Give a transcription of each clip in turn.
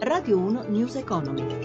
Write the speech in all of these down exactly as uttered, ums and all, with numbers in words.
Radio uno News Economy.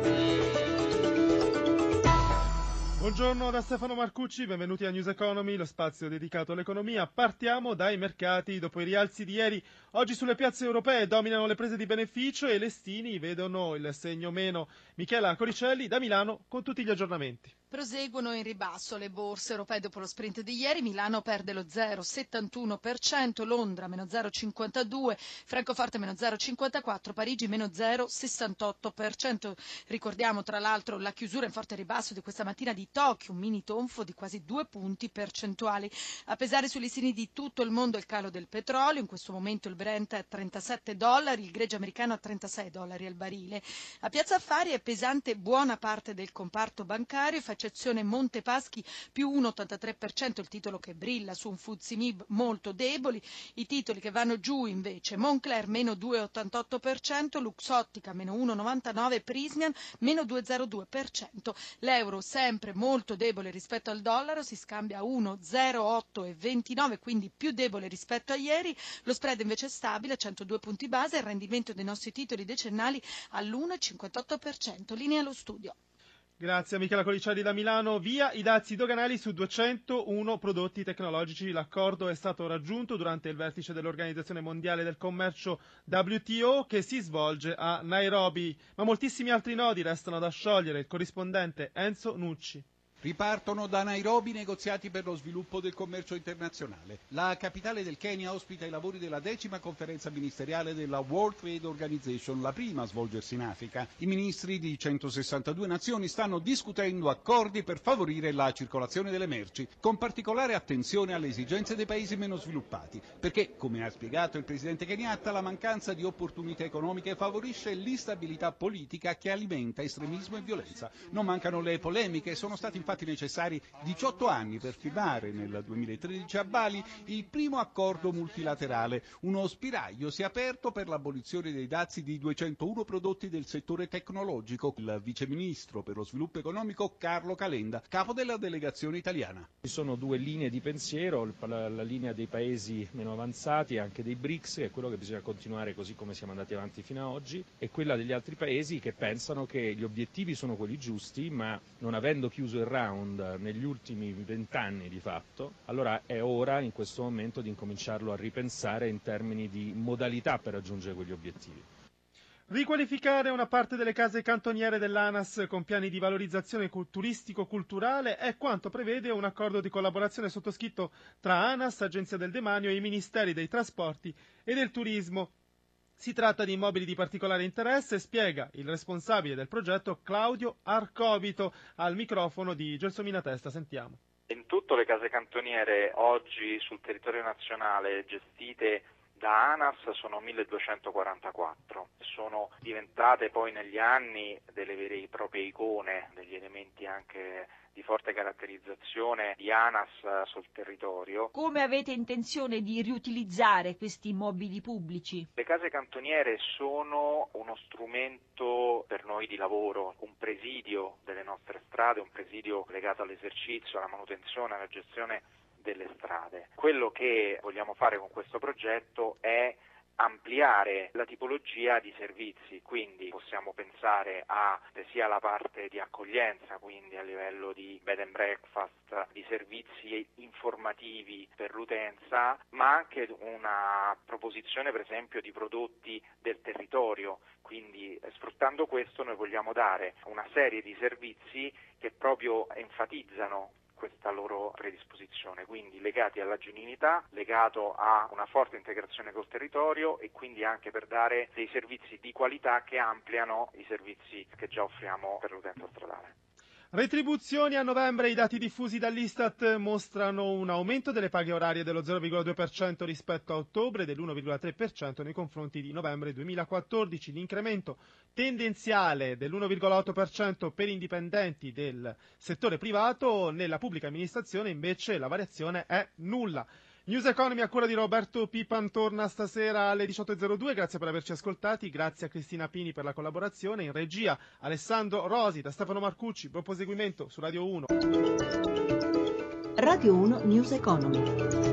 Buongiorno da Stefano Marcucci, benvenuti a News Economy, lo spazio dedicato all'economia. Partiamo dai mercati. Dopo i rialzi di ieri, oggi sulle piazze europee dominano le prese di beneficio e i listini vedono il segno meno. Michela Coricelli da Milano con tutti gli aggiornamenti. Proseguono in ribasso le borse europee dopo lo sprint di ieri. Milano perde lo zero virgola settantuno per cento, Londra meno zero virgola cinquantadue per cento, Francoforte meno zero virgola cinquantaquattro per cento, Parigi meno zero virgola sessantotto per cento. Ricordiamo tra l'altro la chiusura in forte ribasso di questa mattina di Tokyo, un mini tonfo di quasi due punti percentuali. A pesare sui listini di tutto il mondo il calo del petrolio, in questo momento il Brent è a trentasette dollari, il greggio americano a trentasei dollari al barile. A Piazza Affari è pesante buona parte del comparto bancario, eccezione Montepaschi più uno virgola ottantatré per cento, il titolo che brilla su un F T S E M I B molto deboli. I titoli che vanno giù invece: Moncler meno due virgola ottantotto per cento, Luxottica meno uno virgola novantanove per cento, Prysmian meno due virgola zero due per cento. L'euro sempre molto debole rispetto al dollaro, si scambia a uno virgola zero otto ventinove, quindi più debole rispetto a ieri. Lo spread invece è stabile a centodue punti base, il rendimento dei nostri titoli decennali all'uno virgola cinquantotto per cento. Linea allo studio. Grazie a Michela Coricelli da Milano. Via i dazi doganali su duecentouno prodotti tecnologici. L'accordo è stato raggiunto durante il vertice dell'Organizzazione Mondiale del Commercio W T O che si svolge a Nairobi. Ma moltissimi altri nodi restano da sciogliere. Il corrispondente Enzo Nucci. Ripartono da Nairobi i negoziati per lo sviluppo del commercio internazionale. La capitale del Kenya ospita i lavori della decima conferenza ministeriale della World Trade Organization, la prima a svolgersi in Africa. I ministri di centosessantadue nazioni stanno discutendo accordi per favorire la circolazione delle merci, con particolare attenzione alle esigenze dei paesi meno sviluppati, perché, come ha spiegato il presidente Kenyatta, la mancanza di opportunità economiche favorisce l'instabilità politica che alimenta estremismo e violenza. Non mancano le polemiche, sono stati infatti necessari diciotto anni per firmare nel duemilatredici a Bali il primo accordo multilaterale. Uno spiraglio si è aperto per l'abolizione dei dazi di duecentouno prodotti del settore tecnologico. Il viceministro per lo sviluppo economico Carlo Calenda, capo della delegazione italiana. Ci sono due linee di pensiero, la, la linea dei paesi meno avanzati, anche dei BRICS, che è quello che bisogna continuare così come siamo andati avanti fino ad oggi, e quella degli altri paesi che pensano che gli obiettivi sono quelli giusti, ma non avendo chiuso il round negli ultimi vent'anni di fatto, allora è ora in questo momento di incominciarlo a ripensare in termini di modalità per raggiungere quegli obiettivi. Riqualificare una parte delle case cantoniere dell'ANAS con piani di valorizzazione turistico-culturale è quanto prevede un accordo di collaborazione sottoscritto tra ANAS, Agenzia del Demanio e i Ministeri dei Trasporti e del Turismo. Si tratta di immobili di particolare interesse, spiega il responsabile del progetto Claudio Arcovito al microfono di Gelsomina Testa. Sentiamo. In tutte le case cantoniere oggi sul territorio nazionale gestite da ANAS sono milleduecentoquarantaquattro, sono diventate poi negli anni delle vere e proprie icone, degli elementi anche di forte caratterizzazione di ANAS sul territorio. Come avete intenzione di riutilizzare questi immobili pubblici? Le case cantoniere sono uno strumento per noi di lavoro, un presidio delle nostre strade, un presidio legato all'esercizio, alla manutenzione, alla gestione delle strade. Quello che vogliamo fare con questo progetto è ampliare la tipologia di servizi, quindi possiamo pensare a sia la parte di accoglienza, quindi a livello di bed and breakfast, di servizi informativi per l'utenza, ma anche una proposizione per esempio di prodotti del territorio. Quindi sfruttando questo noi vogliamo dare una serie di servizi che proprio enfatizzano questa loro predisposizione, quindi legati alla genuinità, legato a una forte integrazione col territorio e quindi anche per dare dei servizi di qualità che ampliano i servizi che già offriamo per l'utenza stradale. Retribuzioni a novembre. I dati diffusi dall'Istat mostrano un aumento delle paghe orarie dello zero virgola due per cento rispetto a ottobre e dell'uno virgola tre per cento nei confronti di novembre duemilaquattordici. L'incremento tendenziale dell'uno virgola otto per cento per indipendenti del settore privato. Nella pubblica amministrazione invece la variazione è nulla. News Economy a cura di Roberto Pipan torna stasera alle diciotto e zero due, grazie per averci ascoltati, grazie a Cristina Pini per la collaborazione, in regia Alessandro Rosi, da Stefano Marcucci, buon proseguimento su Radio uno. Radio uno News Economy.